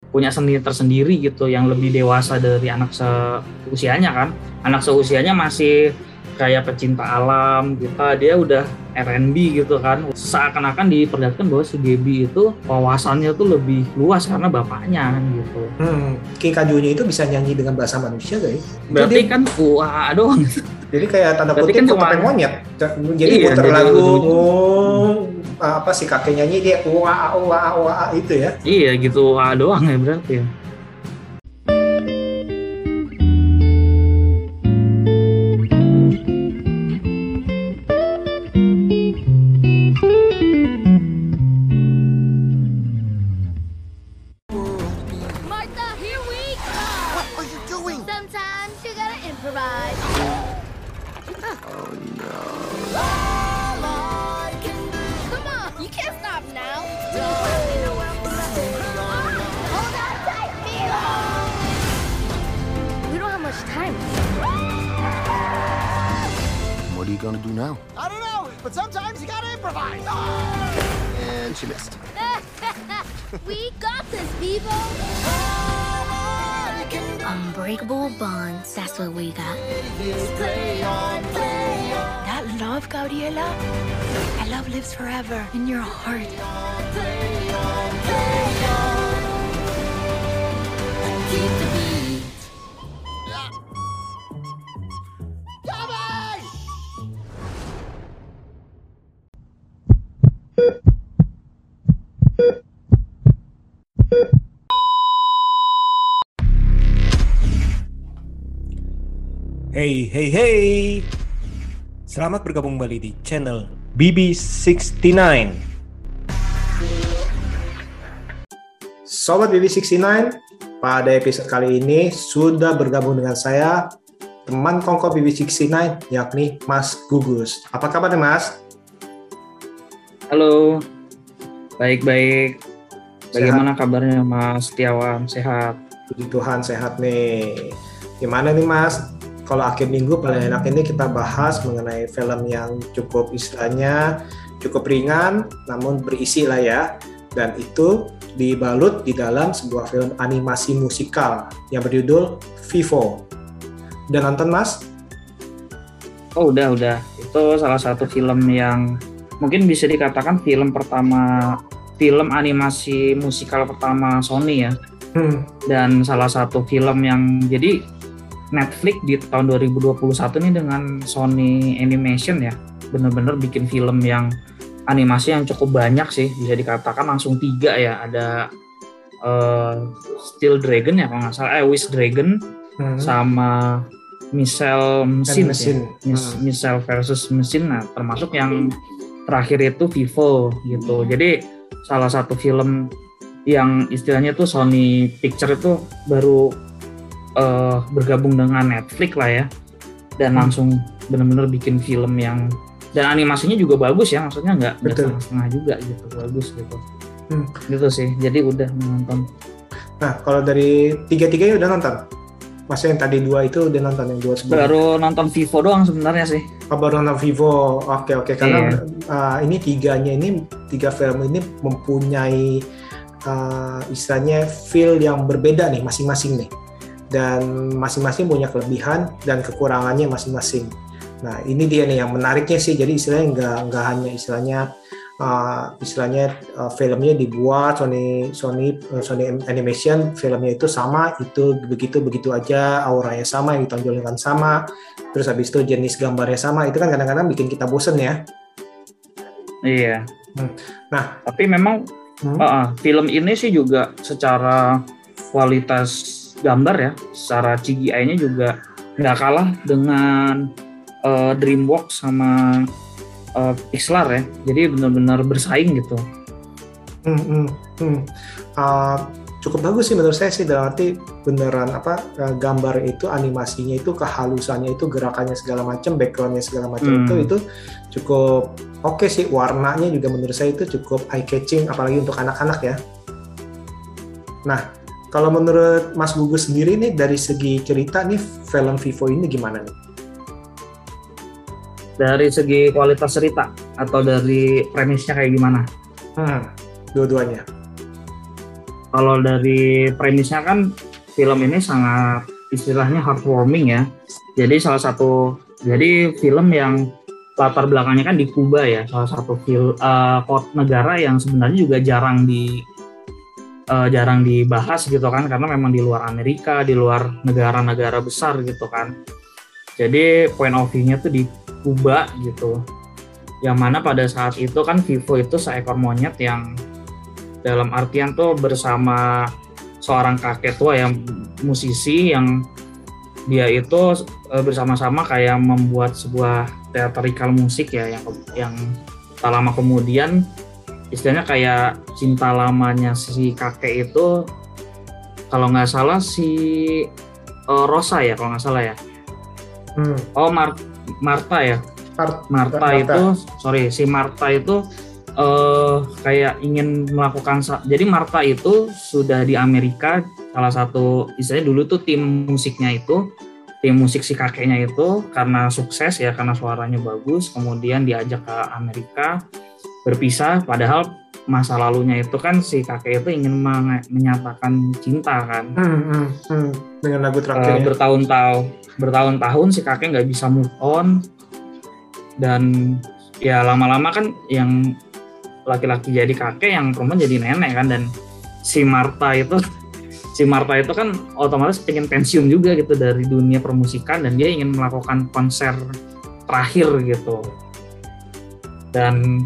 punya seni tersendiri gitu yang lebih dewasa dari anak seusianya kan. Anak seusianya masih kayak pecinta alam gitu, dia udah R&B gitu kan. Seakan-akan diperlihatkan bahwa si Gaby itu wawasannya tuh lebih luas karena bapaknya kan gitu. Kikajunya itu bisa nyanyi dengan bahasa manusia gak ya? Berarti kan wah doang. Jadi kayak tanda Berarti kutip kan topeng monyet. Jadi iya, putar jadi lagu, ujung-ujung si kakek nyanyi dia wah itu ya. iya gitu, wah doang ya berarti ya. Martha, here we go! What are you doing? Sometimes you gotta improvise. Oh no. Come on, you can't stop now. Hold on tight, Milo! We don't have much time. What are you gonna do now? I don't know, but sometimes you gotta improvise. And she missed. We got this, Bevo! Unbreakable bonds, that's what we got. That love, Gabriela, that love lives forever in your heart. Gabby! Hey. Selamat bergabung kembali di channel BB69. Sobat BB69, pada episode kali ini sudah bergabung dengan saya, teman kongko BB69, yakni Mas Gugus. Apa kabar nih, Mas? Halo, baik-baik. Bagaimana kabarnya Mas Setiawan? Sehat? Puji Tuhan sehat nih. Gimana nih Mas? Kalau akhir minggu paling enak ini kita bahas mengenai film yang cukup istilahnya cukup ringan namun berisi lah ya. Dan itu dibalut di dalam sebuah film animasi musikal yang berjudul Vivo. Udah nonton Mas? Oh udah. Itu salah satu film yang mungkin bisa dikatakan film animasi musikal pertama Sony ya. Dan salah satu film yang jadi Netflix di tahun 2021 ini dengan Sony Animation ya, bener-bener bikin film yang animasi yang cukup banyak sih, bisa dikatakan langsung 3 ya. Ada Steel Dragon ya kalau nggak salah, Wish Dragon sama Michelle Machine ya. Michelle versus Machine. Nah termasuk yang terakhir itu Vivo gitu. Jadi salah satu film yang istilahnya tuh Sony Picture itu baru bergabung dengan Netflix lah ya, dan langsung benar-benar bikin film yang dan animasinya juga bagus ya, maksudnya nggak setengah juga gitu, bagus gitu. Gitu sih, jadi udah nonton. Nah kalau dari tiga-tiganya udah nonton? Masa yang tadi 2 itu udah nonton yang 2 sebelumnya? Baru nonton Vivo doang sebenarnya sih. Baru nonton Vivo, oke. Karena ini 3 film ini mempunyai istilahnya feel yang berbeda nih masing-masing nih. Dan masing-masing punya kelebihan dan kekurangannya masing-masing. Nah ini dia nih yang menariknya sih. Jadi istilahnya nggak hanya istilahnya filmnya dibuat Sony Animation, filmnya itu sama, itu begitu aja, auranya sama, yang ditonjolkan sama, terus habis itu jenis gambarnya sama. Itu kan kadang-kadang bikin kita bosen ya. Iya. Nah tapi memang film ini sih juga secara kualitas gambar ya, secara CGI-nya juga nggak kalah dengan DreamWorks sama Pixar ya, jadi benar-benar bersaing gitu. Cukup bagus sih menurut saya sih, dalam arti beneran gambar itu, animasinya itu, kehalusannya itu, gerakannya segala macam, backgroundnya segala macam itu cukup oke sih. Warnanya juga menurut saya itu cukup eye catching, apalagi untuk anak-anak ya. Nah kalau menurut Mas Gugus sendiri nih, dari segi cerita nih, film Vivo ini gimana nih? Dari segi kualitas cerita atau dari premisnya kayak gimana? Dua-duanya. Kalau dari premisnya kan film ini sangat istilahnya heartwarming ya. Jadi film yang latar belakangnya kan di Kuba ya, salah satu negara yang sebenarnya juga jarang dibahas gitu kan, karena memang di luar Amerika, di luar negara-negara besar gitu kan. Jadi point of view-nya tuh di Kuba gitu. Yang mana pada saat itu kan Vivo itu seekor monyet yang dalam artian tuh bersama seorang kakek tua yang musisi, yang dia itu bersama-sama kayak membuat sebuah teatrikal musik ya, yang tak lama kemudian istilahnya kayak cinta lamanya si kakek itu, kalau nggak salah si Rosa ya, kalau nggak salah ya. Marta ya. Marta itu, si Marta itu kayak ingin melakukan, jadi Marta itu sudah di Amerika, salah satu istilahnya dulu tuh tim musik si kakeknya itu karena sukses ya, karena suaranya bagus, kemudian diajak ke Amerika, berpisah, padahal masa lalunya itu kan si kakek itu ingin menyatakan cinta kan. Dengan lagu terakhirnya. Bertahun-tahun si kakek nggak bisa move on, dan ya lama-lama kan yang laki-laki jadi kakek, yang perempuan jadi nenek kan, dan si Marta itu kan otomatis pengen pensiun juga gitu dari dunia permusikan, dan dia ingin melakukan konser terakhir gitu. Dan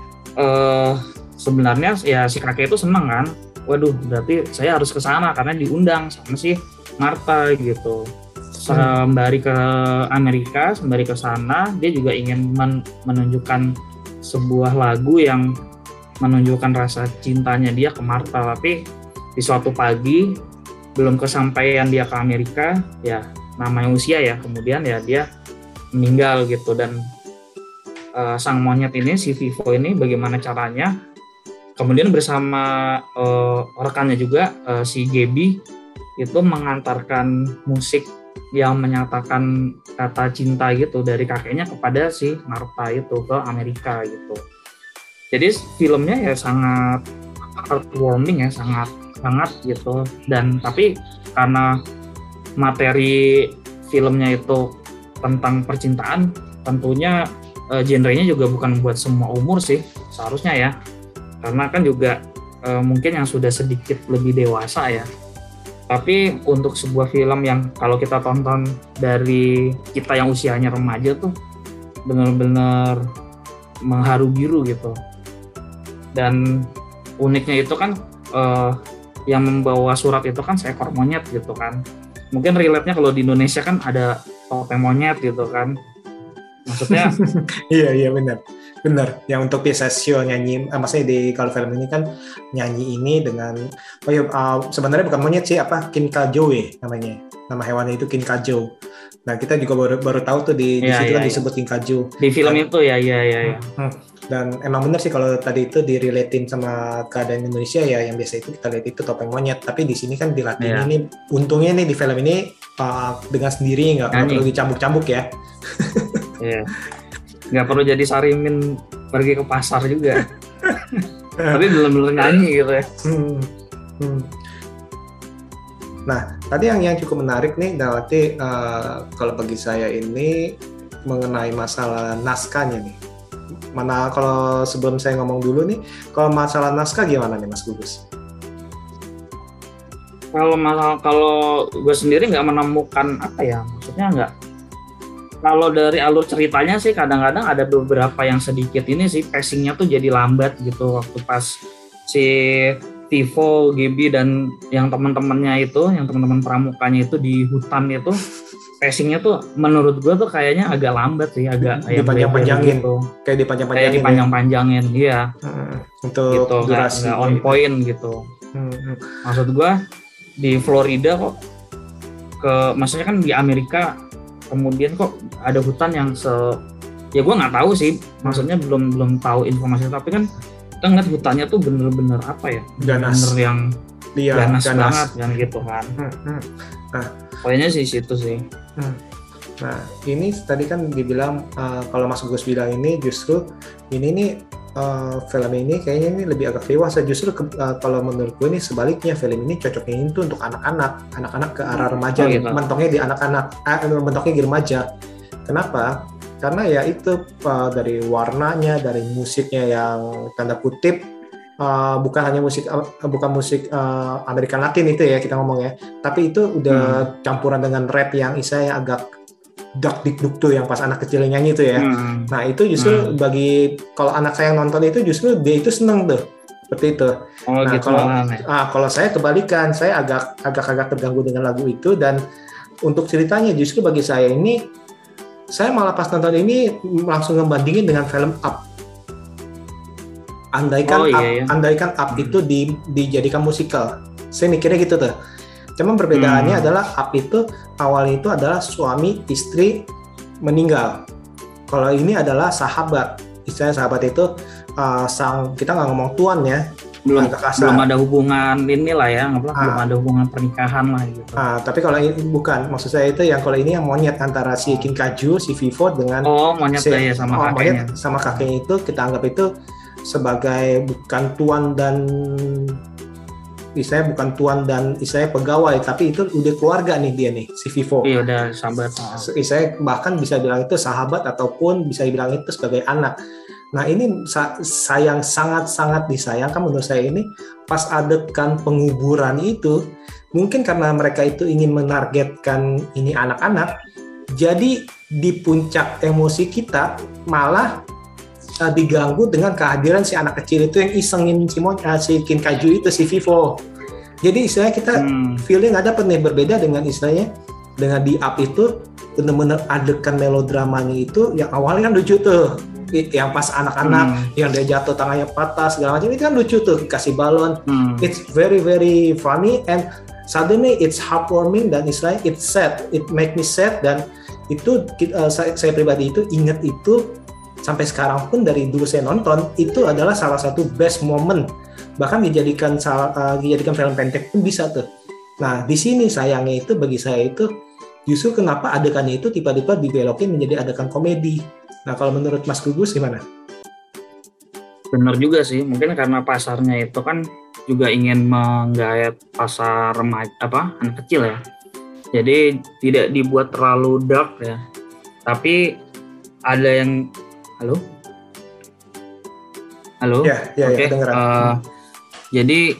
sebenarnya ya si kakek itu seneng kan, waduh berarti saya harus ke sana karena diundang sama si Marta gitu. Sembari ke Amerika, sembari ke sana, dia juga ingin menunjukkan sebuah lagu yang menunjukkan rasa cintanya dia ke Marta. Tapi di suatu pagi, belum kesampaian dia ke Amerika, ya namanya usia ya, kemudian ya dia meninggal gitu. Dan sang monyet ini, si Vivo ini, bagaimana caranya kemudian bersama rekannya juga, si Gaby itu mengantarkan musik yang menyatakan kata cinta gitu dari kakeknya kepada si Marta itu ke Amerika gitu. Jadi filmnya ya sangat heartwarming ya, sangat gitu. Dan tapi karena materi filmnya itu tentang percintaan, tentunya genrenya juga bukan buat semua umur sih seharusnya ya, karena kan juga mungkin yang sudah sedikit lebih dewasa ya. Tapi untuk sebuah film yang kalau kita tonton dari kita yang usianya remaja tuh benar-benar mengharu biru gitu. Dan uniknya itu kan yang membawa surat itu kan seekor monyet gitu kan. Mungkin relate-nya kalau di Indonesia kan ada topeng monyet gitu kan. Maksudnya iya benar yang untuk Pisasio nyanyi, maksudnya kalau film ini kan nyanyi ini dengan sebenarnya bukan monyet sih, Kinkajo namanya, nama hewannya itu Kinkajo. Nah kita juga baru tahu tuh di situ kan disebut Kinkajo di film itu ya. Dan emang benar sih kalau tadi itu direlatein sama keadaan Indonesia ya, yang biasa itu kita lihat itu topeng monyet, tapi di sini kan dilatih ini, untungnya nih di film ini dengan sendiri nggak perlu dicambuk-cambuk ya. Iya. Nggak perlu jadi Sarimin pergi ke pasar juga. Tapi benar-benar nyanyi gitu ya. Nah, tadi yang cukup menarik nih, berarti kalau bagi saya ini mengenai masalah naskahnya nih. Mana kalau sebelum saya ngomong dulu nih, kalau masalah naskah gimana nih Mas Gugus? Kalau gue sendiri nggak menemukan maksudnya nggak. Kalau dari alur ceritanya sih kadang-kadang ada beberapa yang sedikit ini sih pacing-nya tuh jadi lambat gitu, waktu pas si Vivo, Gaby dan yang teman-temannya itu, yang teman-teman pramukanya itu di hutan itu, pacing-nya tuh menurut gue tuh kayaknya agak lambat sih, agak dipanjang-panjangin gitu. Kayak dipanjang-panjangin, iya. Untuk gitu, durasi nggak on point gitu. Maksud gue di Florida kok maksudnya kan di Amerika, kemudian kok ada hutan yang ya gue nggak tahu sih, maksudnya belum tahu informasi, tapi kan kita ngeliat hutannya tuh bener-bener ganas, bener yang ganas banget kan gitu kan. Nah, pokoknya sih situ sih. Nah, ini tadi kan dibilang kalau Mas Gus bilang ini justru ini nih film ini kayaknya ini lebih agak dewasa. Justru kalau menurut gue ini sebaliknya, film ini cocoknya itu untuk anak-anak ke arah remaja, gitu. mentoknya di anak-anak, mentoknya di remaja. Kenapa? Karena ya itu dari warnanya, dari musiknya yang tanda kutip bukan hanya musik Amerika Latin itu ya kita ngomong ya, tapi itu udah campuran dengan rap yang istilahnya agak dak dikduk tuh yang pas anak kecil nyanyi itu ya. Nah itu justru bagi kalau anak saya yang nonton itu justru dia itu seneng tuh seperti itu. Oh, nah gitu kalau saya kebalikan, saya agak terganggu dengan lagu itu, dan untuk ceritanya justru bagi saya ini, saya malah pas nonton ini langsung ngebandingin dengan film Up. Andaikan Up itu dijadikan musikal, saya mikirnya gitu tuh. Cuman perbedaannya adalah Up itu awalnya itu adalah suami istri meninggal. Kalau ini adalah sahabat. Istilahnya sahabat itu kita nggak ngomong tuan ya. Belum ada hubungan inilah ya, belum ada hubungan pernikahan lah gitu. Tapi kalau ini bukan, maksud saya itu yang kalau ini yang monyet antara si Kinkaju, si Vivo dengan monyet sama kakeknya. Monyet sama kakeknya itu kita anggap itu sebagai bukan tuan dan istilahnya pegawai, tapi itu udah keluarga nih dia nih si Vivo. Iya, udah sahabat. Saya bahkan bisa bilang itu sahabat ataupun bisa dibilang itu sebagai anak. Nah ini sangat disayangkan menurut saya ini pas adegan penguburan itu, mungkin karena mereka itu ingin menargetkan ini anak-anak, jadi di puncak emosi kita malah diganggu dengan kehadiran si anak kecil itu yang isengin si Kinkaju itu, si Vivo. Jadi istilahnya kita feeling ada nih berbeda dengan istilahnya dengan di Up itu benar-benar adegan melodramanya itu yang awalnya kan lucu tuh, yang pas anak-anak yang dia jatuh tangannya patah segala macam itu kan lucu tuh, kasih balon. It's very very funny and suddenly it's heartwarming dan istilahnya it's sad, it make me sad, dan itu saya pribadi itu ingat itu sampai sekarang pun dari dulu saya nonton itu adalah salah satu best moment, bahkan dijadikan film pendek pun bisa tuh. Nah di sini sayangnya itu bagi saya itu justru kenapa adegannya itu tiba-tiba dibelokin menjadi adegan komedi. Nah kalau menurut Mas Gugus gimana? Benar juga sih, mungkin karena pasarnya itu kan juga ingin menggayat pasar remaja anak kecil ya, jadi tidak dibuat terlalu dark ya, tapi ada yang Halo? Ya, Oke. Jadi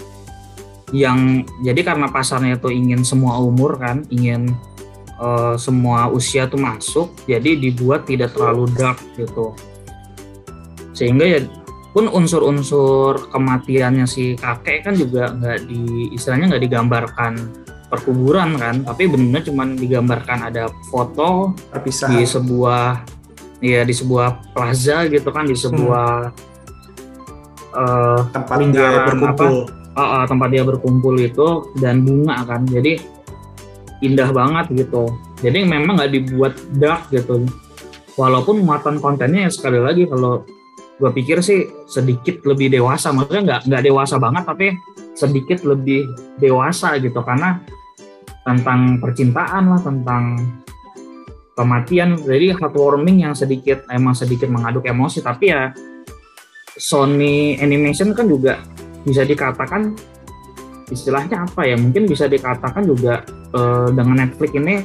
karena pasarnya itu ingin semua umur kan, ingin semua usia tuh masuk, jadi dibuat tidak terlalu dark gitu. Sehingga ya pun unsur-unsur kematiannya si kakek kan juga nggak digambarkan perkuburan kan, tapi benar-benar cuma digambarkan ada foto perpisahan di sebuah plaza gitu kan, di sebuah tempat dia berkumpul. Tempat dia berkumpul itu, dan bunga kan, jadi indah banget gitu. Jadi memang nggak dibuat dark gitu, walaupun muatan kontennya sekali lagi kalau gue pikir sih sedikit lebih dewasa, maksudnya nggak dewasa banget tapi sedikit lebih dewasa gitu, karena tentang percintaan lah, tentang kematian, jadi heartwarming yang sedikit mengaduk emosi. Tapi ya Sony Animation kan juga bisa dikatakan istilahnya apa ya, mungkin bisa dikatakan juga dengan Netflix ini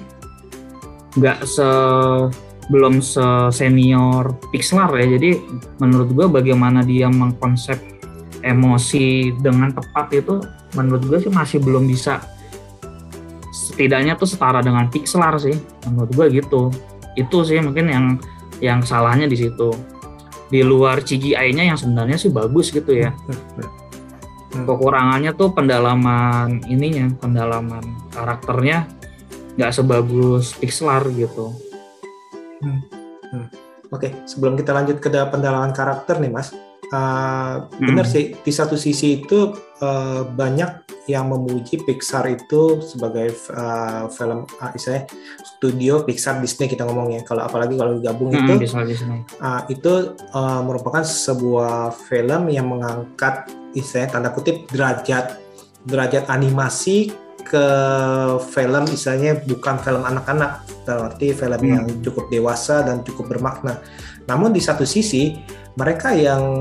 belum senior Pixar ya. Jadi menurut gue bagaimana dia mengkonsep emosi dengan tepat itu menurut gue sih masih belum bisa, setidaknya tuh setara dengan Pixar sih menurut gue gitu. Itu sih mungkin yang salahnya di situ, di luar CGI-nya yang sebenarnya sih bagus gitu ya. Kekurangannya tuh pendalaman karakternya nggak sebagus Pixar gitu. Oke, sebelum kita lanjut ke pendalaman karakter nih Mas, benar sih di satu sisi itu banyak yang memuji Pixar itu sebagai film istilahnya studio Pixar Disney kita ngomongnya. Apalagi kalau digabung itu merupakan sebuah film yang mengangkat istilahnya tanda kutip derajat animasi ke film misalnya bukan film anak-anak, berarti film yang cukup dewasa dan cukup bermakna. Namun di satu sisi mereka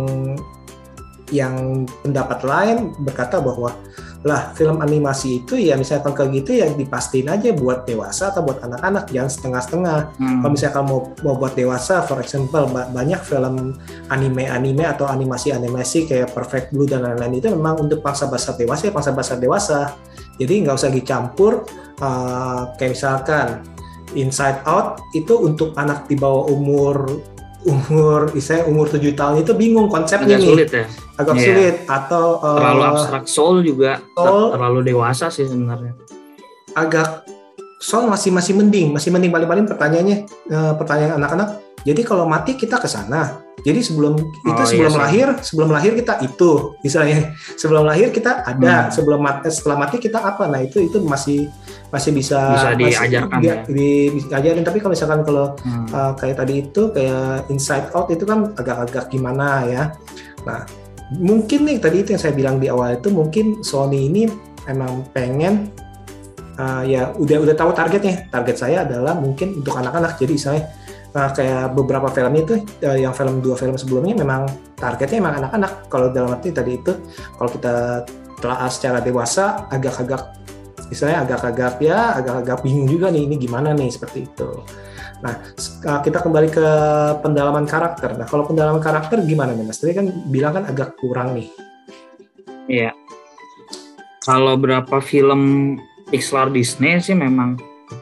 yang pendapat lain berkata bahwa lah film animasi itu ya misalkan kayak gitu ya dipastiin aja buat dewasa atau buat anak-anak, jangan setengah-setengah. Kalau misalkan mau buat dewasa, for example banyak film anime atau animasi kayak Perfect Blue dan lain-lain itu memang untuk pangsa pasar dewasa. Jadi nggak usah dicampur. Kayak misalkan Inside Out itu untuk anak di bawah umur 7 tahun itu bingung konsepnya. Agak sulit ya? Agak sulit. Atau terlalu abstrak. Soul juga terlalu dewasa sih sebenarnya. Agak Soul masih mending paling-paling pertanyaan anak-anak. Jadi kalau mati kita ke sana. Jadi sebelum lahir kita itu, misalnya sebelum lahir kita ada, setelah mati kita apa? Nah itu masih bisa diajarkan diajarin. Tapi kalau misalkan kayak tadi itu kayak Inside Out itu kan agak-agak gimana ya. Nah mungkin nih tadi itu yang saya bilang di awal itu mungkin Sony ini emang pengen ya udah tahu targetnya. Target saya adalah mungkin untuk anak-anak. Jadi misalnya kayak beberapa film itu yang dua film sebelumnya memang targetnya emang anak-anak. Kalau dalam arti tadi itu kalau kita telah secara dewasa agak-agak bingung juga nih ini gimana nih seperti itu. Nah kita kembali ke pendalaman karakter. Nah kalau pendalaman karakter gimana nih Mas? Tadi kan bilang kan agak kurang nih. Iya. Kalau berapa film Pixar Disney sih memang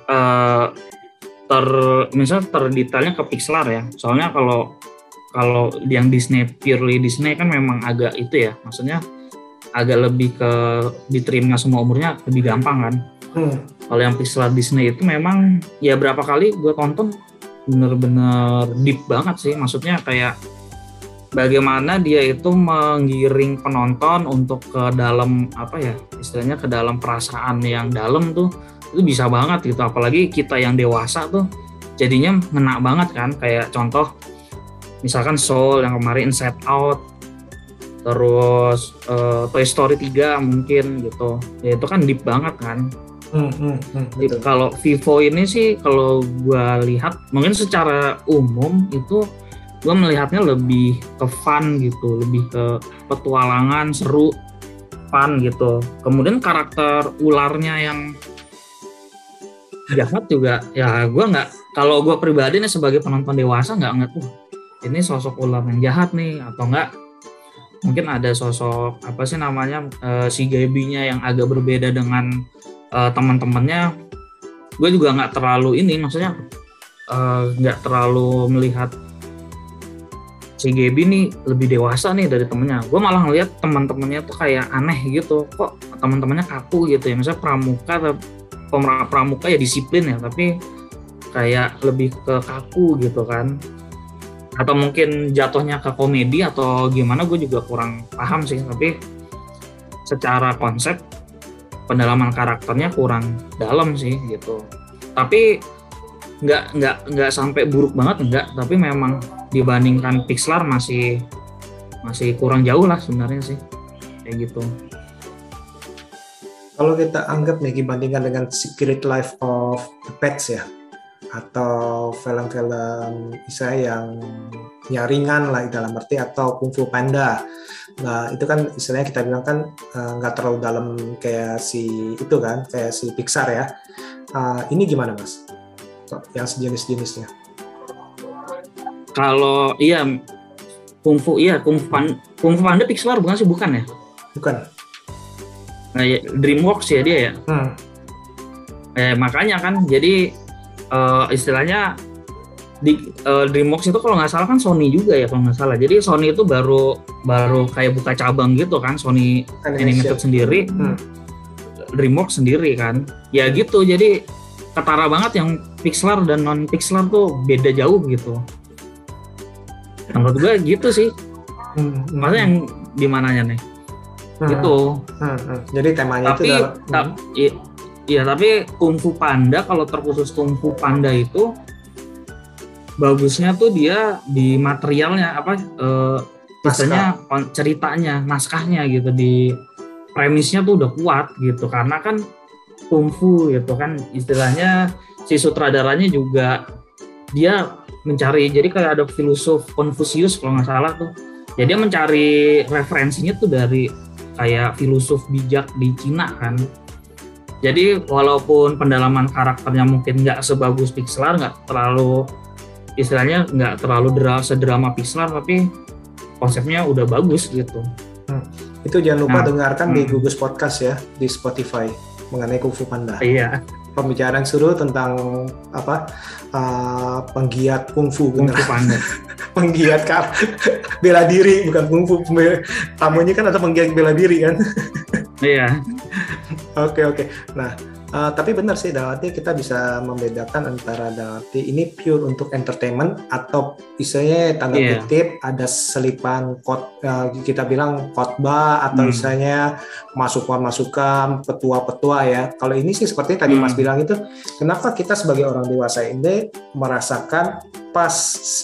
misalnya terdetailnya ke Pixar ya. Soalnya kalau yang Disney purely Disney kan memang agak itu ya, maksudnya agak lebih ke diterima semua umurnya lebih gampang kan. Kalau yang Pixar Disney itu memang ya berapa kali gue tonton bener-bener deep banget sih. Maksudnya kayak bagaimana dia itu menggiring penonton untuk ke dalam apa ya istilahnya, ke dalam perasaan yang dalam tuh. Itu bisa banget gitu, apalagi kita yang dewasa tuh jadinya ngena banget kan. Kayak contoh misalkan Soul yang kemarin, Inside Out, terus Toy Story 3 mungkin gitu ya, itu kan deep banget kan. Kalau Vivo ini sih kalau gue lihat mungkin secara umum itu gue melihatnya lebih ke fun gitu, lebih ke petualangan, seru, fun gitu. Kemudian karakter ularnya yang jahat juga ya gue nggak, kalau gue pribadi nih sebagai penonton dewasa nggak ngeliat ini sosok ular yang jahat nih, atau enggak mungkin ada sosok apa sih namanya si Gaby-nya yang agak berbeda dengan teman-temannya. Gue juga nggak terlalu maksudnya nggak terlalu melihat si Gaby nih lebih dewasa nih dari temennya. Gue malah ngeliat teman-temannya tuh kayak aneh gitu, kok teman-temannya kaku gitu ya. Misalnya pramuka ya disiplin ya, tapi kayak lebih ke kaku gitu kan. Atau mungkin jatuhnya ke komedi atau gimana, gue juga kurang paham sih. Tapi secara konsep pendalaman karakternya kurang dalam sih gitu. Tapi nggak sampai buruk banget enggak, tapi memang dibandingkan Pixar masih kurang jauh lah sebenarnya sih kayak gitu. Kalau kita anggap nih dibandingkan dengan Secret Life of the Pets ya, atau film-film misalnya yang ringan lah dalam arti, atau Kung Fu Panda. Nah itu kan istilahnya kita bilang kan nggak terlalu dalam kayak si itu kan, kayak si Pixar ya. Ini gimana Mas? Yang sejenis-jenisnya? Kalau Kung Fu Panda Pixar bukan sih, bukan ya? Bukan. Nah, DreamWorks ya dia ya. Makanya kan jadi istilahnya di DreamWorks itu kalau nggak salah kan Sony juga ya kalau nggak salah. Jadi Sony itu baru kayak buka cabang gitu kan, Sony Animated sendiri, DreamWorks sendiri kan. Ya gitu, jadi ketara banget yang Pixar dan non Pixar tuh beda jauh gitu. Menurut gue gitu sih. Maksudnya yang di mananya nih? Gitu. Jadi temanya itu tapi Kung Fu Panda, kalau terkhusus Kung Fu Panda itu bagusnya tuh dia di materialnya biasanya ceritanya, naskahnya gitu, di premisnya tuh udah kuat gitu. Karena kan kungfu gitu kan, istilahnya si sutradaranya juga dia mencari, jadi kayak ada filosof Konfusius kalau nggak salah tuh, jadi dia mencari referensinya tuh dari kayak filosof bijak di Cina kan. Jadi walaupun pendalaman karakternya mungkin nggak sebagus Pixelar, nggak terlalu istilahnya nggak terlalu sedrama Pixelar, tapi konsepnya udah bagus gitu. Itu jangan lupa dengarkan di Gugus Podcast ya, di Spotify mengenai Kung Fu Panda. Iya. Pembicaraan seru tentang penggiat Kung Fu Panda. Penggiat bela diri, bukan Kung Fu. Tamunya kan ada penggiat bela diri kan. Iya. Oke. Nah, tapi benar sih, dalam arti kita bisa membedakan antara dalam arti ini pure untuk entertainment atau misalnya tanda kutip ada selipan kita bilang khotbah atau misalnya masukan petua-petua ya. Kalau ini sih seperti tadi Mas bilang itu, kenapa kita sebagai orang dewasa ini merasakan pas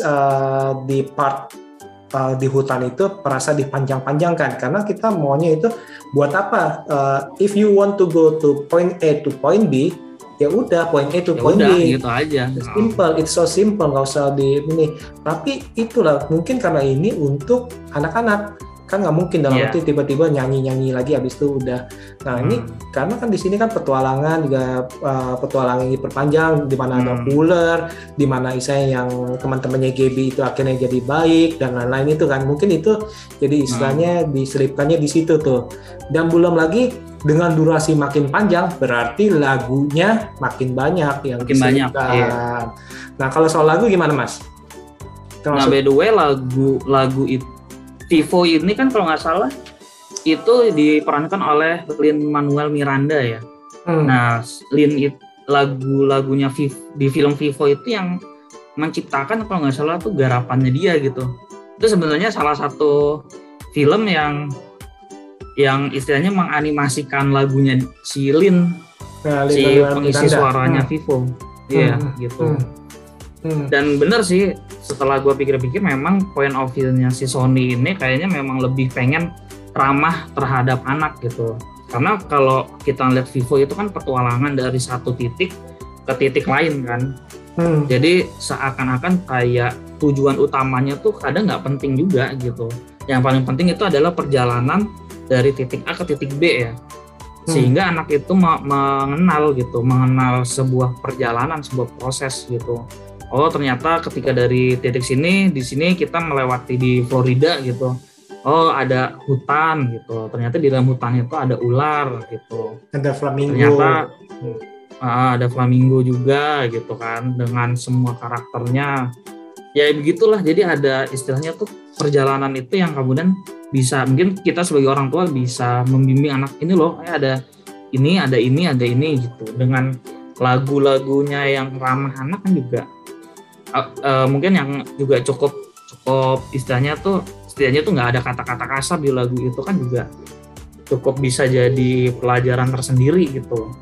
di part di hutan itu merasa dipanjang-panjangkan, karena kita maunya itu buat apa? If you want to go to point A to point B, ya udah point A to point B. Gitu aja. Simple, it's so simple, nggak usah di ini. Tapi itulah mungkin karena ini untuk anak-anak, kan nggak mungkin dalam arti tiba-tiba nyanyi lagi habis itu udah. Nah ini karena kan di sini kan petualangan juga, petualangan ini perpanjang, di mana ada ular, di mana istilahnya yang teman-temannya Gaby itu akhirnya jadi baik dan lain-lain itu kan, mungkin itu jadi istilahnya diselipkannya di situ tuh. Dan belum lagi dengan durasi makin panjang berarti lagunya makin banyak yang diselipkan. Nah kalau soal lagu gimana Mas? Nah by the way lagu itu Vivo ini kan kalau nggak salah itu diperankan oleh Lin-Manuel Miranda ya. Nah, lagu-lagunya di film Vivo itu yang menciptakan kalau nggak salah tuh garapannya dia gitu. Itu sebenarnya salah satu film yang istilahnya menganimasikan lagunya si Lin, si pengisi suaranya Vivo. Iya, gitu. Dan benar sih, setelah gue pikir-pikir memang point of view-nya si Sony ini kayaknya memang lebih pengen ramah terhadap anak gitu. Karena kalau kita lihat Vivo itu kan petualangan dari satu titik ke titik lain kan. Jadi seakan-akan kayak tujuan utamanya tuh kadang nggak penting juga gitu. Yang paling penting itu adalah perjalanan dari titik A ke titik B ya. Sehingga anak itu mengenal sebuah perjalanan, sebuah proses gitu. Oh ternyata ketika dari titik di sini kita melewati di Florida gitu. Oh ada hutan gitu. Ternyata di dalam hutan itu ada ular gitu. Ada flamingo. Ternyata ada flamingo juga gitu kan, dengan semua karakternya. Ya begitulah. Jadi ada istilahnya tuh perjalanan itu yang kemudian bisa, mungkin kita sebagai orang tua bisa membimbing anak ini loh. Ada ini gitu. Dengan lagu-lagunya yang ramah anak kan juga. Mungkin yang juga cukup istilahnya tuh setidaknya tuh nggak ada kata-kata kasar di lagu itu kan juga cukup bisa jadi pelajaran tersendiri gitu.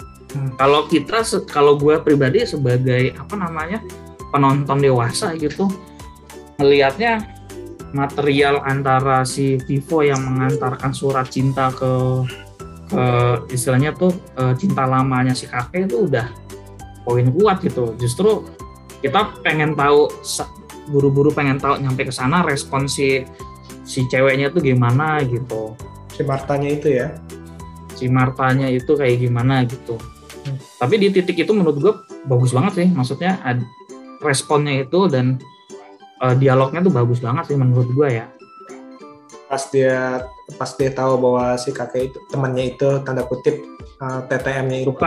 Kalau gue pribadi sebagai penonton dewasa gitu, melihatnya material antara si Vivo yang mengantarkan surat cinta ke istilahnya tuh cinta lamanya si kakek itu udah poin kuat gitu. Justru kita pengen tahu, buru-buru pengen tahu nyampe ke sana respon si ceweknya tuh gimana gitu. Si Martanya itu ya. Si Martanya itu kayak gimana gitu. Tapi di titik itu menurut gue bagus banget sih. Maksudnya responnya itu dan dialognya tuh bagus banget sih menurut gue ya. Pas dia tahu bahwa si kakek itu temannya itu tanda kutip TTM-nya itu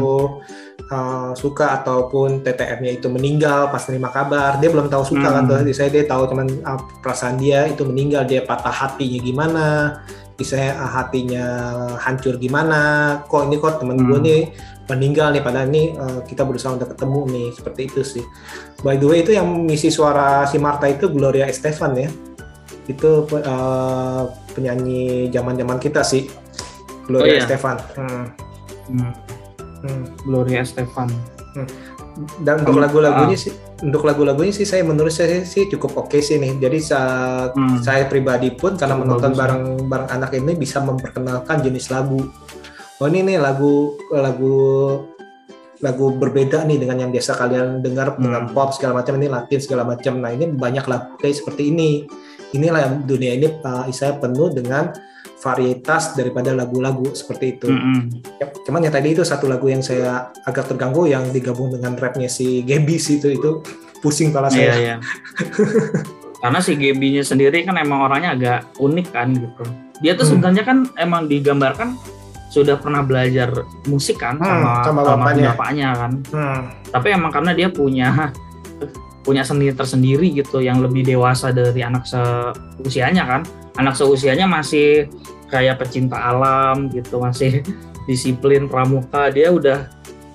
suka ataupun TTM-nya itu meninggal pas terima kabar, dia belum tahu suka kan tuh. Dia tahu cuman perasaan dia itu meninggal, dia patah hatinya gimana, misalnya hatinya hancur gimana, kok temen gue nih meninggal nih, padahal ini kita berusaha untuk ketemu nih, seperti itu sih. By the way itu yang misi suara si Marta itu Gloria Estefan ya, itu penyanyi zaman kita sih, Gloria Estefan. Gloria Estefan. Dan untuk lagu-lagunya sih menurut saya sih cukup oke sih nih. Jadi saya pribadi pun karena menonton bareng anak ini bisa memperkenalkan jenis lagu oh ini nih lagu berbeda nih dengan yang biasa kalian dengar dengan pop segala macam, ini Latin segala macam. Nah ini banyak lagu kayak seperti ini. Inilah dunia ini saya penuh dengan varietas daripada lagu-lagu seperti itu. Ya, cuman yang tadi itu satu lagu yang saya agak terganggu yang digabung dengan rapnya si Gaby itu pusing kepala saya. Iya. Karena si Gaby-nya sendiri kan emang orangnya agak unik kan gitu. Dia tuh sebenarnya kan emang digambarkan sudah pernah belajar musik kan sama bapaknya kan. Tapi emang karena dia punya seni tersendiri gitu yang lebih dewasa dari anak seusianya kan. Anak seusianya masih kayak pecinta alam gitu, masih disiplin pramuka. Dia udah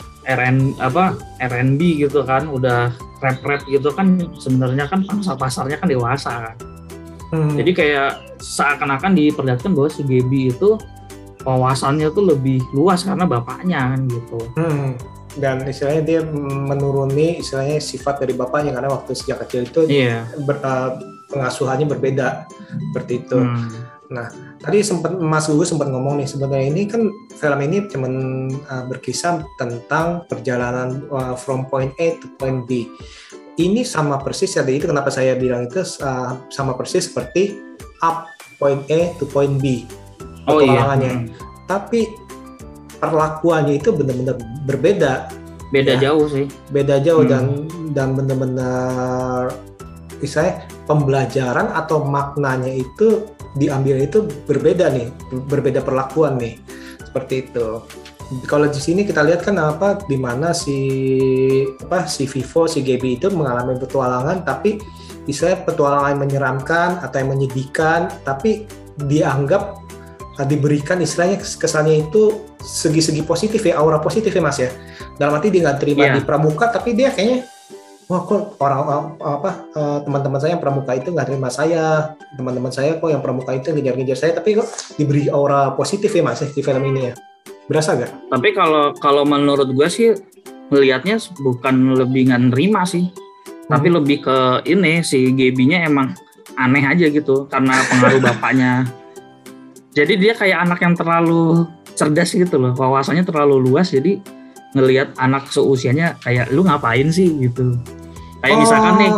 R&B gitu kan, udah rap gitu kan, sebenarnya kan pasarnya kan dewasa kan. Jadi kayak seakan-akan diperlihatkan bahwa si Gaby itu wawasannya tuh lebih luas karena bapaknya kan gitu. Dan istilahnya dia menuruni istilahnya sifat dari bapaknya karena waktu sejak kecil itu pengasuhannya berbeda seperti itu. Nah, tadi Mas Gugus sempat ngomong nih, sebenarnya ini kan film ini cuman berkisah tentang perjalanan from point A to point B. Ini sama persis ya, itu kenapa saya bilang itu sama persis seperti up point A to point B. Petualangannya. Tapi perlakuannya itu benar-benar berbeda. Jauh sih. Beda jauh dan benar-benar misalnya pembelajaran atau maknanya itu diambil itu berbeda nih, berbeda perlakuan nih. Seperti itu. Kalau di sini kita lihat kan di mana si Vivo, si Gaby itu mengalami petualangan, tapi misalnya petualangan yang menyeramkan atau yang menyedihkan, tapi dianggap diberikan istilahnya kesannya itu segi-segi positif ya, aura positif ya Mas ya. Dalam arti dia nggak terima di pramuka, tapi dia kayaknya wah kok teman-teman saya yang pramuka itu nggak terima saya, teman-teman saya kok yang pramuka itu ngejar-ngejar saya, tapi kok diberi aura positif ya Mas di film ini ya. Berasa nggak? Tapi kalau menurut gue sih melihatnya bukan lebih nggak nerima sih, tapi lebih ke ini si Gaby-nya emang aneh aja gitu karena pengaruh bapaknya. Jadi dia kayak anak yang terlalu cerdas gitu loh, wawasannya terlalu luas, jadi ngelihat anak seusianya kayak lu ngapain sih gitu. Kayak misalkan nih,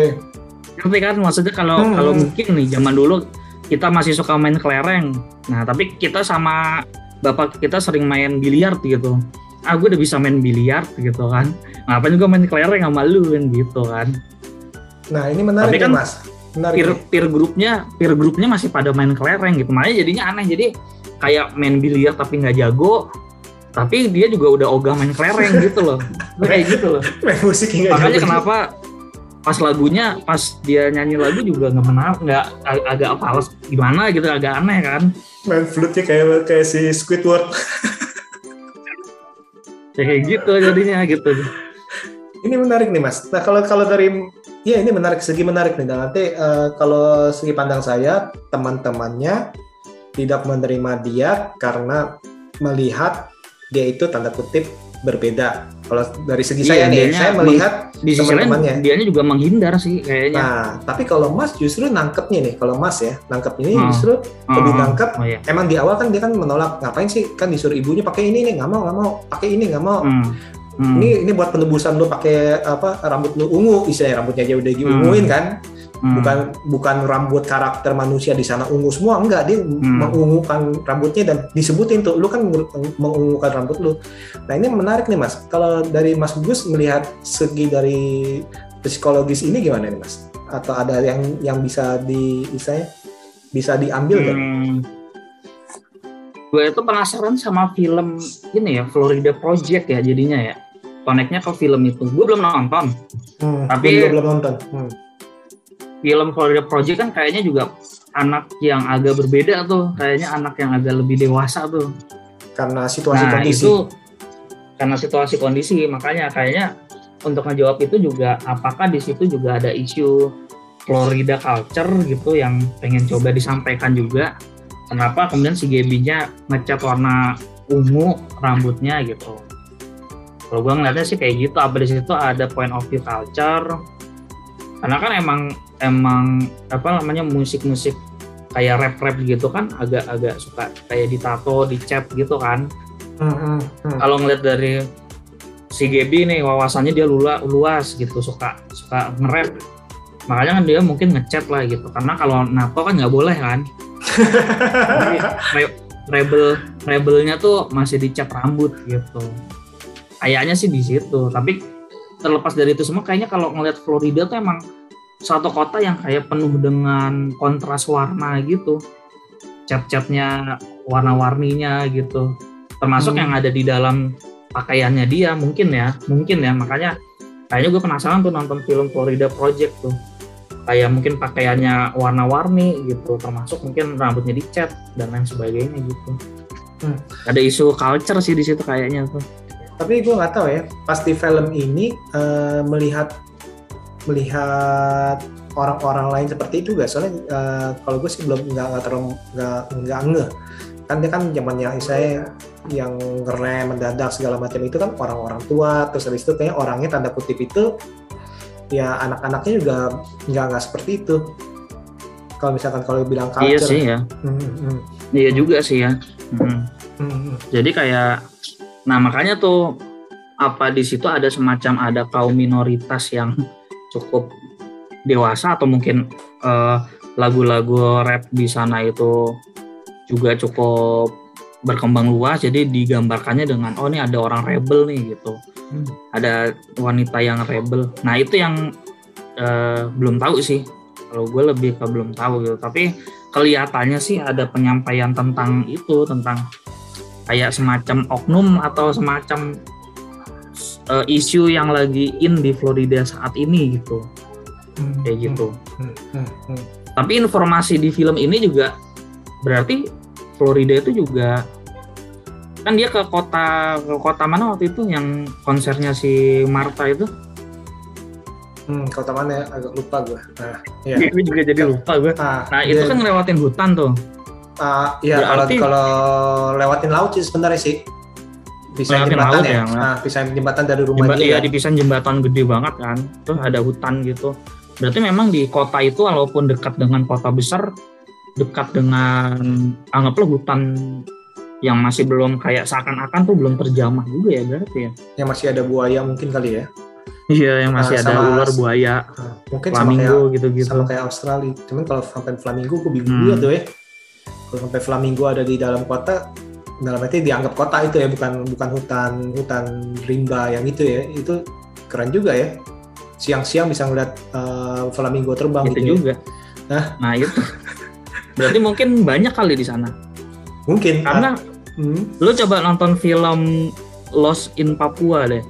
ngerti kan maksudnya kalau mungkin nih zaman dulu kita masih suka main kelereng, nah tapi kita sama bapak kita sering main biliar gitu. Gue udah bisa main biliar gitu kan, ngapain juga main kelereng sama lu kan gitu kan. Nah ini menarik tapi kan, ya Mas. Peer grupnya masih pada main kelereng gitu, makanya jadinya aneh. Jadi kayak main biliar tapi nggak jago, tapi dia juga udah ogah main kelereng gitu loh. Kayak gitu loh. Main musik nggak jago. Makanya kenapa pas dia nyanyi lagu juga nggak agak fals gimana gitu, agak aneh kan. Main flute-nya kayak si Squidward. Kayak gitu jadinya gitu. Ini menarik nih Mas. Nah kalau dari ini menarik, segi menarik nih. Dan nanti kalau segi pandang saya, teman-temannya tidak menerima dia karena melihat dia itu tanda kutip berbeda. Kalau dari segi saya nih, saya melihat di teman-temannya. Dianya juga menghindar sih kayaknya. Nah, tapi kalau Mas justru nangkepnya nih, kalau Mas ya nangkep ini justru lebih nangkep. Emang di awal kan dia kan menolak, ngapain sih kan disuruh ibunya pakai ini nih, nggak mau, pakai ini nggak mau. Ini buat penebusan lu pakai rambut lu ungu, istilahnya rambutnya aja udah diunguin kan. Bukan rambut karakter manusia di sana ungu semua, enggak, dia mengungukan rambutnya dan disebutin tuh lu kan mengungukan rambut lu. Nah ini menarik nih Mas, kalau dari Mas Gus melihat segi dari psikologis ini gimana nih Mas? Atau ada yang bisa diambil kan? Gue itu penasaran sama film ini ya, Florida Project ya jadinya ya, connect-nya ke film itu. Gue belum nonton, tapi belum nonton. Film Florida Project kan kayaknya juga anak yang agak berbeda tuh, kayaknya anak yang agak lebih dewasa tuh. Karena situasi kondisi. Karena situasi kondisi, makanya kayaknya untuk ngejawab itu juga, apakah di situ juga ada isu Florida culture gitu yang pengen coba disampaikan juga. Kenapa kemudian si Gaby-nya ngecat warna ungu rambutnya gitu. Kalau gue ngeliatnya sih kayak gitu, apa di situ ada point of view culture. Karena kan emang musik kayak rap gitu kan agak suka kayak ditato, dicat gitu kan. Kalau ngeliat dari si Gaby nih wawasannya dia luas gitu, suka nge-rap, makanya kan dia mungkin ngechat lah gitu, karena kalau NATO kan nggak boleh kan. Rebelnya tuh masih dicat rambut gitu, kayaknya sih di situ. Tapi terlepas dari itu semua, kayaknya kalau ngeliat Florida tuh emang suatu kota yang kayak penuh dengan kontras warna gitu, cat-catnya warna-warninya gitu, termasuk yang ada di dalam pakaiannya dia mungkin ya, makanya kayaknya gue penasaran tuh nonton film Florida Project tuh, kayak mungkin pakaiannya warna-warni gitu, termasuk mungkin rambutnya dicat dan lain sebagainya gitu. Ada isu culture sih di situ kayaknya tuh. Tapi gue nggak tahu ya, pasti film ini melihat orang-orang lain seperti itu gak? Soalnya kalau gue sih belum nggak ngeh. Kan dia kan zamannya saya yang ngerem mendadak segala macam itu kan orang-orang tua, terus habis itu kayaknya orangnya tanda kutip itu ya anak-anaknya juga nggak seperti itu. Kalau misalkan kalau bilang culture. Iya sih ya. Iya juga sih ya. Jadi kayak, nah makanya tuh apa di situ ada kaum minoritas yang cukup dewasa, atau mungkin lagu-lagu rap di sana itu juga cukup berkembang luas, jadi digambarkannya dengan ini ada orang rebel nih gitu, ada wanita yang rebel. Nah itu yang belum tahu sih, kalau gue lebih ke belum tahu gitu. Tapi kelihatannya sih ada penyampaian tentang itu, tentang kayak semacam oknum atau semacam isu yang lagi in di Florida saat ini gitu, kayak gitu. Tapi informasi di film ini juga berarti Florida itu juga kan dia ke kota mana waktu itu yang konsernya si Martha itu? Kota mana ya? Agak lupa gue. Nah, ya. Gue juga jadi lupa gue. Nah itu kan ngelewatin hutan tuh. Iya, berarti, kalau lewatin laut sih sebenarnya sih. Pisahin jembatan ya. Nah, pisahin jembatan dari rumah dia. Iya, dipisahin jembatan gede banget kan. Terus ada hutan gitu. Berarti memang di kota itu walaupun dekat dengan kota besar, dekat dengan anggaplah hutan yang masih belum kayak seakan-akan tuh belum terjamah juga ya berarti ya. Yang masih ada buaya mungkin kali ya. Iya, yang masih ada ular, buaya, mungkin flamingo gitu-gitu. Sama kayak Australia. Cuman kalau sampai flamingo gue bingung juga tuh ya. Kalau sampai flamingo ada di dalam kota, dalam arti dianggap kota itu ya, bukan hutan rimba yang itu ya. Itu keren juga ya. Siang-siang bisa ngeliat flamingo terbang itu gitu juga. Ya. Nah itu. Berarti mungkin banyak kali di sana. Mungkin. Karena lu coba nonton film Lost in Papua deh.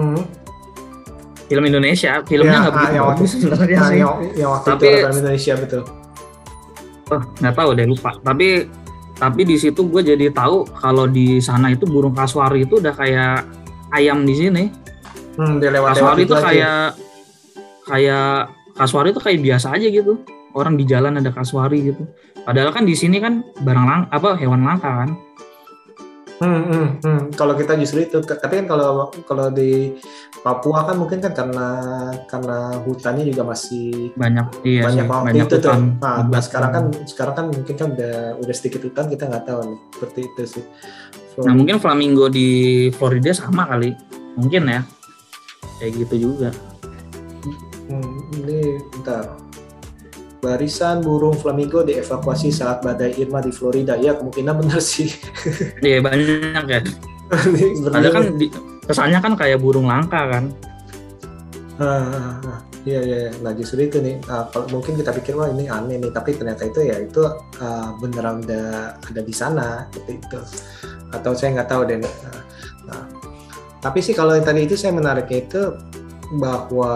Film Indonesia, filmnya nggak begitu bagus sebenarnya sih. Yang waktu itu film Indonesia betul. Nggak tahu deh, lupa. Tapi di situ gue jadi tahu kalau di sana itu burung kasuari itu udah kayak ayam di sini. Kasuari itu kayak kasuari itu kayak biasa aja gitu. Orang di jalan ada kasuari gitu. Padahal kan di sini kan hewan langka kan. Kalau kita justru itu, tapi kan kalau di Papua kan mungkin kan karena hutannya juga masih banyak itu tuh. Nah, sekarang kan mungkin kan udah sedikit hutan, kita nggak tahu nih, seperti itu sih. Nah mungkin flamingo di Florida sama kali, mungkin ya, kayak gitu juga. Ini bentar. Barisan burung flamingo dievakuasi saat badai Irma di Florida. Ya kemungkinan benar sih. Iya banyak ya. Ada kan kesannya kan kayak burung langka kan. Iya. Nah justru itu nih. Kalau mungkin kita pikir wah ini aneh nih, tapi ternyata itu beneran ada di sana seperti itu. Atau saya nggak tahu deh. Tapi sih kalau yang tadi itu saya menariknya itu bahwa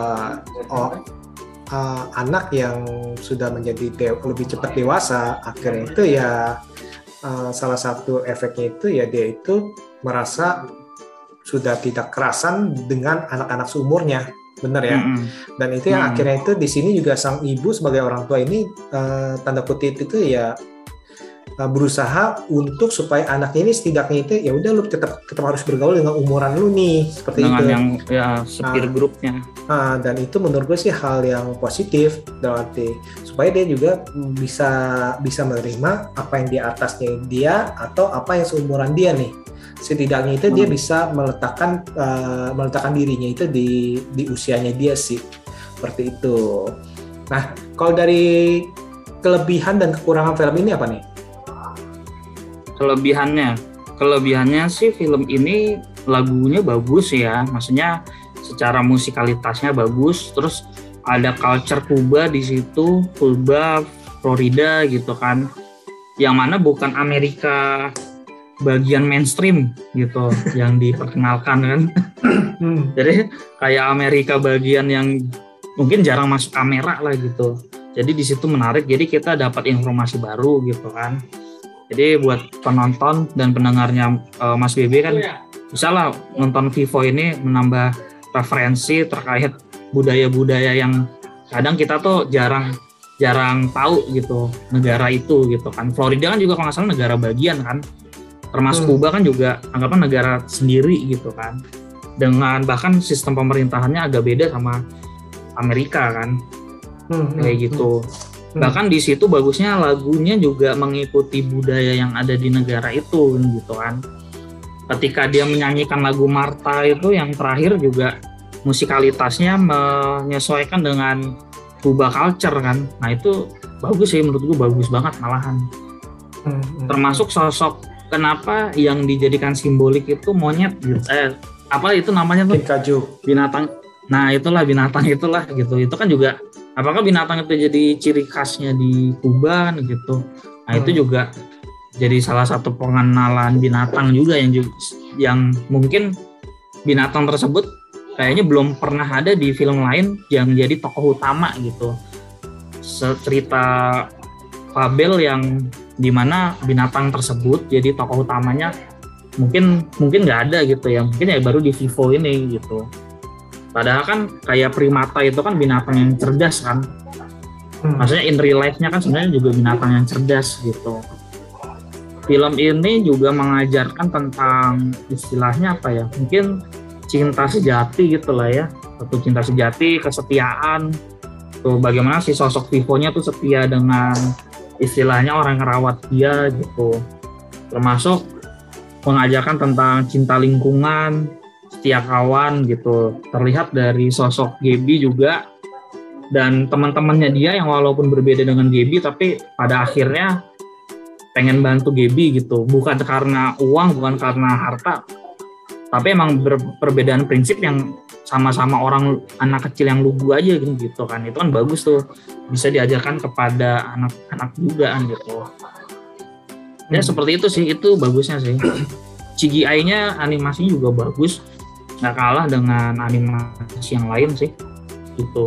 anak yang sudah menjadi lebih cepat dewasa, akhirnya itu ya salah satu efeknya itu ya dia itu merasa sudah tidak kerasan dengan anak-anak seumurnya, benar ya. Dan itu yang akhirnya itu di sini juga sang ibu sebagai orang tua ini tanda kutip itu ya berusaha untuk supaya anaknya ini setidaknya itu ya udah lu tetap harus bergaul dengan umuran lu nih, seperti dengan itu. Dengan yang ya peer grupnya. Dan itu menurut gue sih hal yang positif, dalam arti supaya dia juga bisa menerima apa yang di atasnya dia atau apa yang seumuran dia nih. setidaknya itu dia bisa meletakkan dirinya itu di usianya dia sih, seperti itu. Nah, kalau dari kelebihan dan kekurangan film ini apa nih? Kelebihannya sih film ini lagunya bagus ya, maksudnya secara musikalitasnya bagus, terus ada culture Kuba di situ, Kuba, Florida gitu kan, yang mana bukan Amerika bagian mainstream gitu yang diperkenalkan kan. Jadi kayak Amerika bagian yang mungkin jarang masuk kamera lah gitu. Jadi di situ menarik, jadi kita dapat informasi baru gitu kan. Jadi buat penonton dan pendengarnya Mas Bebe kan bisa lah nonton Vivo ini menambah referensi terkait budaya-budaya yang kadang kita tuh jarang tahu gitu negara itu gitu kan. Florida kan juga kalau nggak salah negara bagian kan, termasuk Kuba kan juga anggapan negara sendiri gitu kan, dengan bahkan sistem pemerintahannya agak beda sama Amerika kan, kayak gitu. Bahkan di situ bagusnya lagunya juga mengikuti budaya yang ada di negara itu gitu kan. Ketika dia menyanyikan lagu Marta itu yang terakhir juga musikalitasnya menyesuaikan dengan Kuba culture kan. Nah itu bagus sih, menurut gue bagus banget malahan. Termasuk sosok kenapa yang dijadikan simbolik itu monyet gitu. Apa itu namanya tuh? Kinkajou. Binatang. Nah itulah binatang itulah gitu. Itu kan juga apakah binatang itu jadi ciri khasnya di Kuba gitu. Nah itu juga jadi salah satu pengenalan binatang juga yang mungkin binatang tersebut kayaknya belum pernah ada di film lain yang jadi tokoh utama gitu. Cerita fabel yang dimana binatang tersebut jadi tokoh utamanya mungkin nggak ada gitu ya, mungkin ya baru di Vivo ini gitu. Padahal kan kayak primata itu kan binatang yang cerdas kan, maksudnya in real life-nya kan sebenarnya juga binatang yang cerdas gitu. Film ini juga mengajarkan tentang istilahnya apa ya, mungkin cinta sejati gitu lah ya, satu cinta sejati, kesetiaan tuh, bagaimana si sosok Vivo-nya tuh setia dengan istilahnya orang yang ngerawat dia gitu, termasuk mengajarkan tentang cinta lingkungan, setia kawan gitu, terlihat dari sosok Gaby juga dan teman-temannya dia yang walaupun berbeda dengan Gaby tapi pada akhirnya pengen bantu Gaby gitu, bukan karena uang, bukan karena harta, tapi emang perbedaan prinsip yang sama-sama orang anak kecil yang lugu aja gitu kan. Itu kan bagus tuh, bisa diajarkan kepada anak-anak juga kan gitu. Ya seperti itu sih, itu bagusnya sih. CGI-nya animasinya juga bagus, nggak kalah dengan animasi yang lain sih gitu.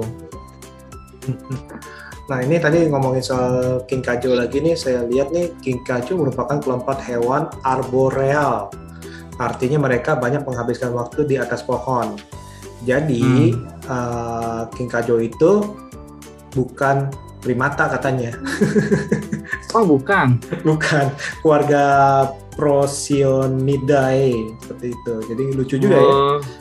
Nah ini tadi ngomongin soal Kinkajou lagi nih, saya lihat nih Kinkajou merupakan kelompok hewan arboreal. Artinya mereka banyak menghabiskan waktu di atas pohon. Jadi Kinkajou itu bukan primata katanya. Oh bukan? Bukan, keluarga Procionidae seperti itu. Jadi lucu juga ya.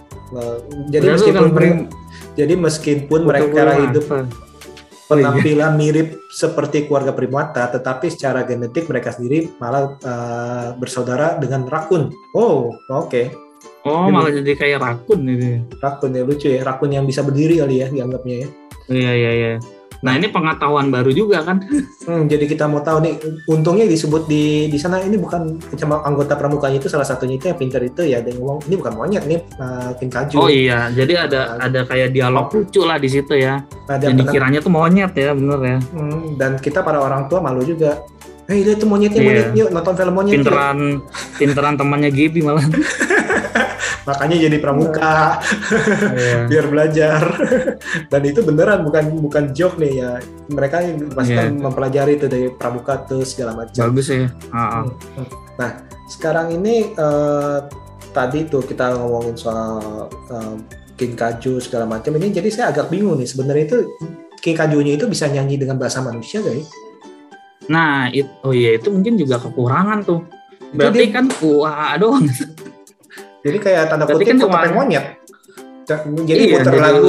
Jadi meskipun mereka hidup penampilan mirip seperti keluarga primata, tetapi secara genetik mereka sendiri malah bersaudara dengan rakun. Oh, oke. Oh, malah jadi kayak rakun ini. Rakun ya, lucu ya. Rakun yang bisa berdiri kali ya dianggapnya ya. Iya. Nah ini pengetahuan baru juga kan. Jadi kita mau tahu nih, untungnya disebut di sana ini bukan cuma anggota pramukanya, itu salah satunya itu yang pintar itu ya, ada yang ngomong ini bukan monyet nih, Kinkajou. Oh iya, jadi ada kayak dialog lucu lah di situ ya. Yang dikiranya tuh monyet ya, bener ya. Dan kita para orang tua malu juga. Lihat tuh monyetnya, monyet, yuk nonton film monyet. Pinteran temannya Gaby malah. Makanya jadi pramuka, biar belajar. Dan itu beneran, bukan joke nih ya. Mereka pasti mempelajari itu dari pramuka tuh segala macam. Bagus ya. Nah sekarang ini tadi tuh kita ngomongin soal Kinkajou segala macam ini, jadi saya agak bingung nih sebenarnya itu Kinkajou-nya itu bisa nyanyi dengan bahasa manusia gak ya? Nah itu mungkin juga kekurangan tuh. Berarti kan doang. Jadi kayak tanda kutip topeng monyet. Jadi muter lagu,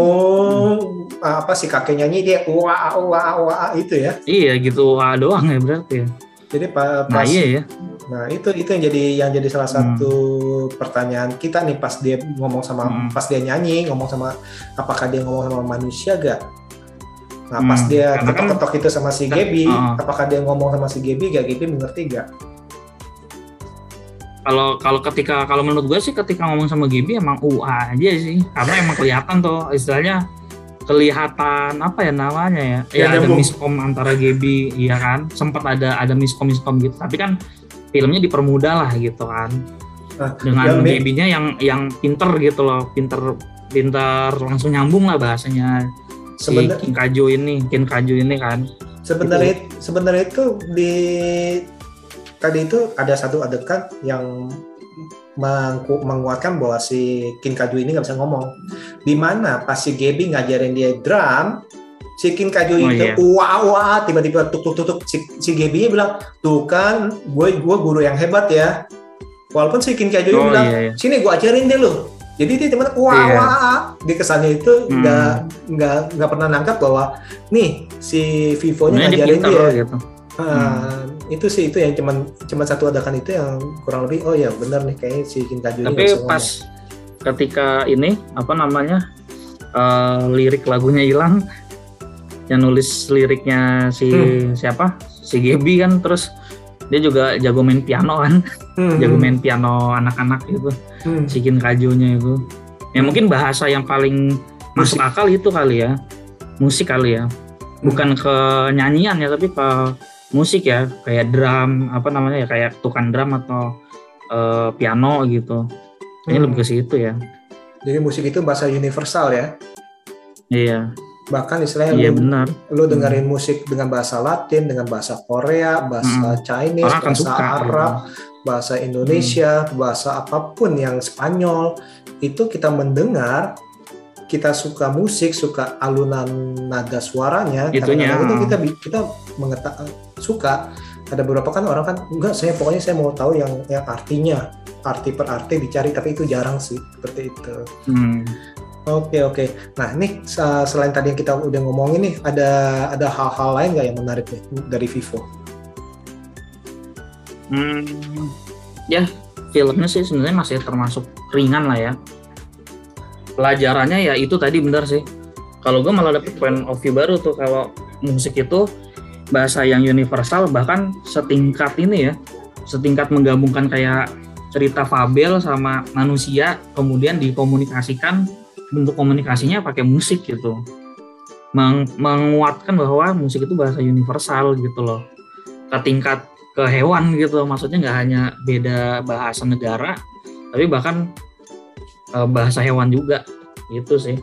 si kakek nyanyi dia itu ya. Iya gitu doang ya berarti ya. Jadi iya ya. Nah, itu yang jadi salah satu pertanyaan kita nih pas dia ngomong sama pas dia nyanyi, ngomong sama apakah dia ngomong sama manusia gak? Nah, pas dia ketok-ketok itu sama si Gaby, apakah dia ngomong sama si Gaby gak? Gaby mengerti gak? Kalau menurut gue sih ketika ngomong sama Gaby emang aja sih, karena emang kelihatan tuh istilahnya kelihatan apa ya namanya ya, ada miskom antara Gaby, iya kan, sempat ada miskom gitu, tapi kan filmnya dipermudah lah gitu kan, dengan Gaby-nya yang pinter gitu loh, pinter langsung nyambung lah bahasanya. Kin Kaju ini kan. Sebenarnya itu di tadi itu ada satu adegan yang menguatkan bahwa si Kin Kaju ini nggak bisa ngomong. Di mana pas si Gaby ngajarin dia drum, si Kin Kaju itu wah tiba-tiba tuk si Gaby-nya bilang, tuh kan gue guru yang hebat ya. Walaupun si Kin Kaju bilang, sini gue ajarin deh lo. Jadi dia teman wah di kesannya itu nggak pernah nangkap bahwa nih si Vivo-nya ngajarin dia. Gitu. Itu sih itu yang cuman satu adakan itu yang kurang lebih benar nih kayaknya si Kin Kaju. Tapi pas ketika ini lirik lagunya hilang, yang nulis liriknya si siapa, si Gaby kan, terus dia juga jago main piano kan, jago main piano anak-anak gitu, si Kin Kajunya itu. Ya mungkin bahasa yang paling masuk akal itu kali ya, musik kali ya, bukan ke nyanyian ya, tapi ke musik ya, kayak drum kayak tukang drum atau piano gitu. Kayaknya lebih ke situ ya. Jadi musik itu bahasa universal ya? Iya. Bahkan istilahnya lu dengerin musik dengan bahasa Latin, dengan bahasa Korea, bahasa Chinese, bahasa Arab, bahasa Indonesia, bahasa apapun yang Spanyol, itu kita mendengar, kita suka musik, suka alunan nada suaranya, kadang-kadang itu kita suka. Ada beberapa kan orang kan enggak, saya mau tahu yang artinya, arti per arti dicari, tapi itu jarang sih seperti itu. Oke. Nah, ini selain tadi yang kita udah ngomongin nih, ada hal-hal lain nggak yang menarik nih dari Vivo? Ya, filmnya sih sebenarnya masih termasuk ringan lah ya. Pelajarannya ya itu tadi benar sih. Kalau gue malah dapet point of view baru tuh, kalau musik itu bahasa yang universal, bahkan setingkat ini ya, setingkat menggabungkan kayak cerita fabel sama manusia, kemudian dikomunikasikan, bentuk komunikasinya pakai musik gitu, menguatkan bahwa musik itu bahasa universal gitu loh, ke tingkat ke hewan gitu, maksudnya nggak hanya beda bahasa negara, tapi bahkan bahasa hewan juga gitu sih.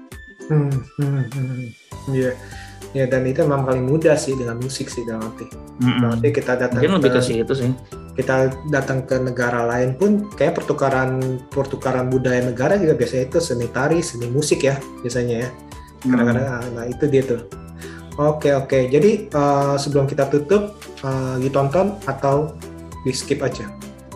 Ya, dan itu memang paling mudah sih dengan musik sih dalam arti. Berarti kita datang mungkin lebih ke situ sih. Kita datang ke negara lain pun kayak pertukaran budaya negara juga biasanya itu seni tari, seni musik ya biasanya ya. Kadang-kadang nah itu dia tuh. Oke. Jadi sebelum kita tutup, ditonton atau di skip aja?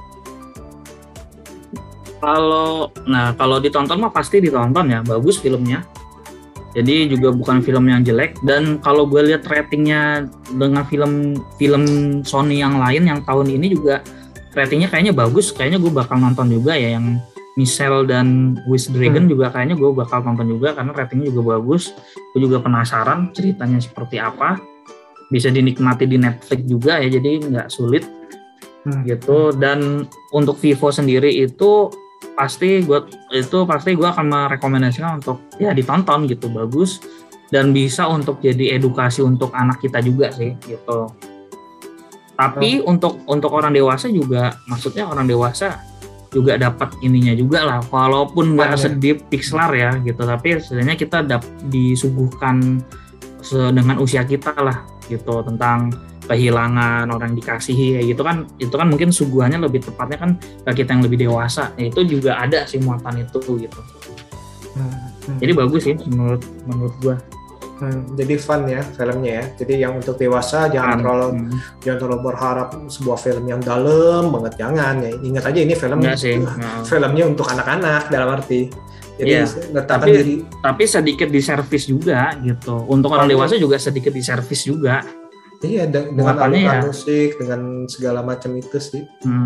Kalau ditonton mah pasti ditonton ya, bagus filmnya. Jadi juga bukan film yang jelek, dan kalau gue lihat ratingnya dengan film Sony yang lain yang tahun ini juga ratingnya kayaknya bagus, kayaknya gue bakal nonton juga ya, yang Michelle dan Wish Dragon juga kayaknya gue bakal nonton juga karena ratingnya juga bagus. Gue juga penasaran ceritanya seperti apa, bisa dinikmati di Netflix juga ya, jadi nggak sulit gitu. Dan untuk Vivo sendiri itu pasti gue akan merekomendasikan untuk ya ditonton gitu, bagus dan bisa untuk jadi edukasi untuk anak kita juga sih gitu. Tapi untuk orang dewasa juga, maksudnya orang dewasa juga dapat ininya juga lah, walaupun nggak sedip Pixar ya gitu, tapi sebenarnya kita disuguhkan dengan usia kita lah gitu, tentang kehilangan orang dikasihi ya gitu kan. Itu kan mungkin suguhannya lebih tepatnya kan ke kita yang lebih dewasa, itu juga ada sih muatan itu gitu. Jadi bagus sih menurut gua. Jadi fun ya filmnya ya. Jadi yang untuk dewasa jangan terlalu berharap sebuah film yang dalam banget, jangan ya. Ingat aja ini filmnya untuk anak-anak dalam arti. Jadi tapi sedikit diservis juga gitu. Untuk orang dewasa juga sedikit diservis juga. Iya, dengan alunan musik, dengan segala macam itu sih.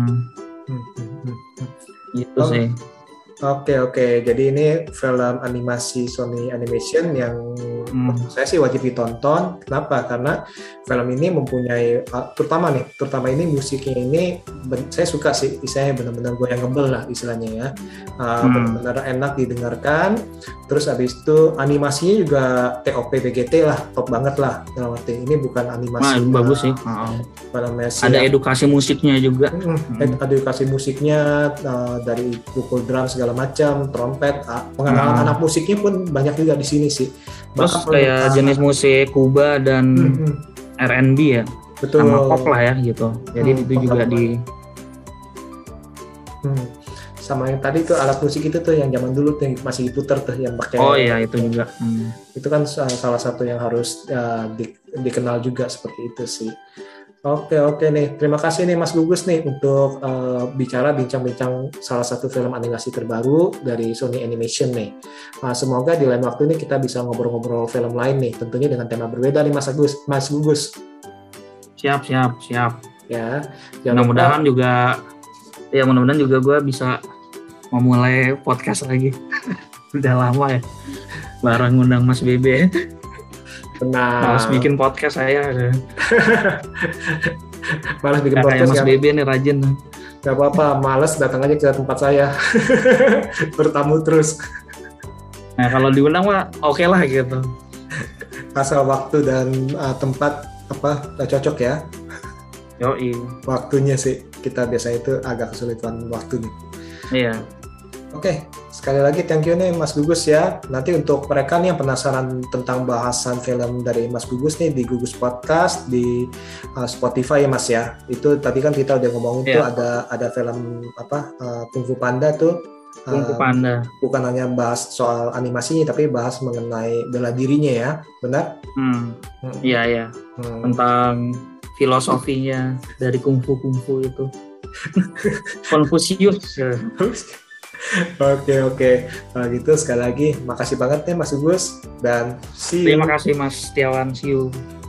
Gitu sih. Oke. Jadi ini film animasi Sony Animation yang saya sih wajib ditonton. Kenapa? Karena film ini mempunyai terutama ini musiknya ini saya suka sih. Istilahnya benar-benar goyang-ngebel lah istilahnya ya. Benar-benar enak didengarkan. Terus habis itu animasinya juga TOP BGT lah, top banget lah. Dalam arti ini bukan animasi. Bagus sih. Ada edukasi musiknya juga. Edukasi musiknya dari pukul drum segala macam, trompet, pengenalan anak musiknya pun banyak juga di sini sih. Terus kayak jenis musik Kuba dan R&B ya, betul. Sama pop lah ya gitu. Jadi itu juga sama yang tadi tuh alat musik itu tuh yang zaman dulu tuh yang masih diputar tuh yang pakai. Oh iya itu juga. Itu kan salah satu yang harus dikenal juga seperti itu sih. Oke nih, terima kasih nih Mas Gugus nih untuk bincang-bincang salah satu film animasi terbaru dari Sony Animation nih. Semoga di lain waktu ini kita bisa ngobrol-ngobrol film lain nih, tentunya dengan tema berbeda nih Mas Gugus. Siap. Ya. Mudah-mudahan juga gue bisa memulai podcast lagi. Udah lama ya, bareng ngundang Mas Bebe. Benar. Malas bikin podcast saya. Malas bikin podcast Mas Bebe nih rajin. Gak apa-apa, malas datang aja ke tempat saya. Bertamu terus. Nah kalau diundang mah oke lah gitu. Asal waktu dan tempat cocok ya. Yoi. Waktunya sih kita biasanya itu agak kesulitan waktu nih. Iya. Oke, sekali lagi thank you nih Mas Gugus ya. Nanti untuk mereka nih yang penasaran tentang bahasan film dari Mas Gugus nih di Gugus Podcast di Spotify ya Mas ya. Itu tadi kan kita udah ngomongin tuh ada film Kung Fu Panda tuh. Kung Fu Panda. Bukan hanya bahas soal animasinya tapi bahas mengenai bela dirinya ya, benar? Iya. Tentang filosofinya dari Kung Fu itu. Konfusius. Oke. Kalau gitu sekali lagi makasih banget nih Mas Gugus dan see you. Terima kasih Mas Setiawan, see you.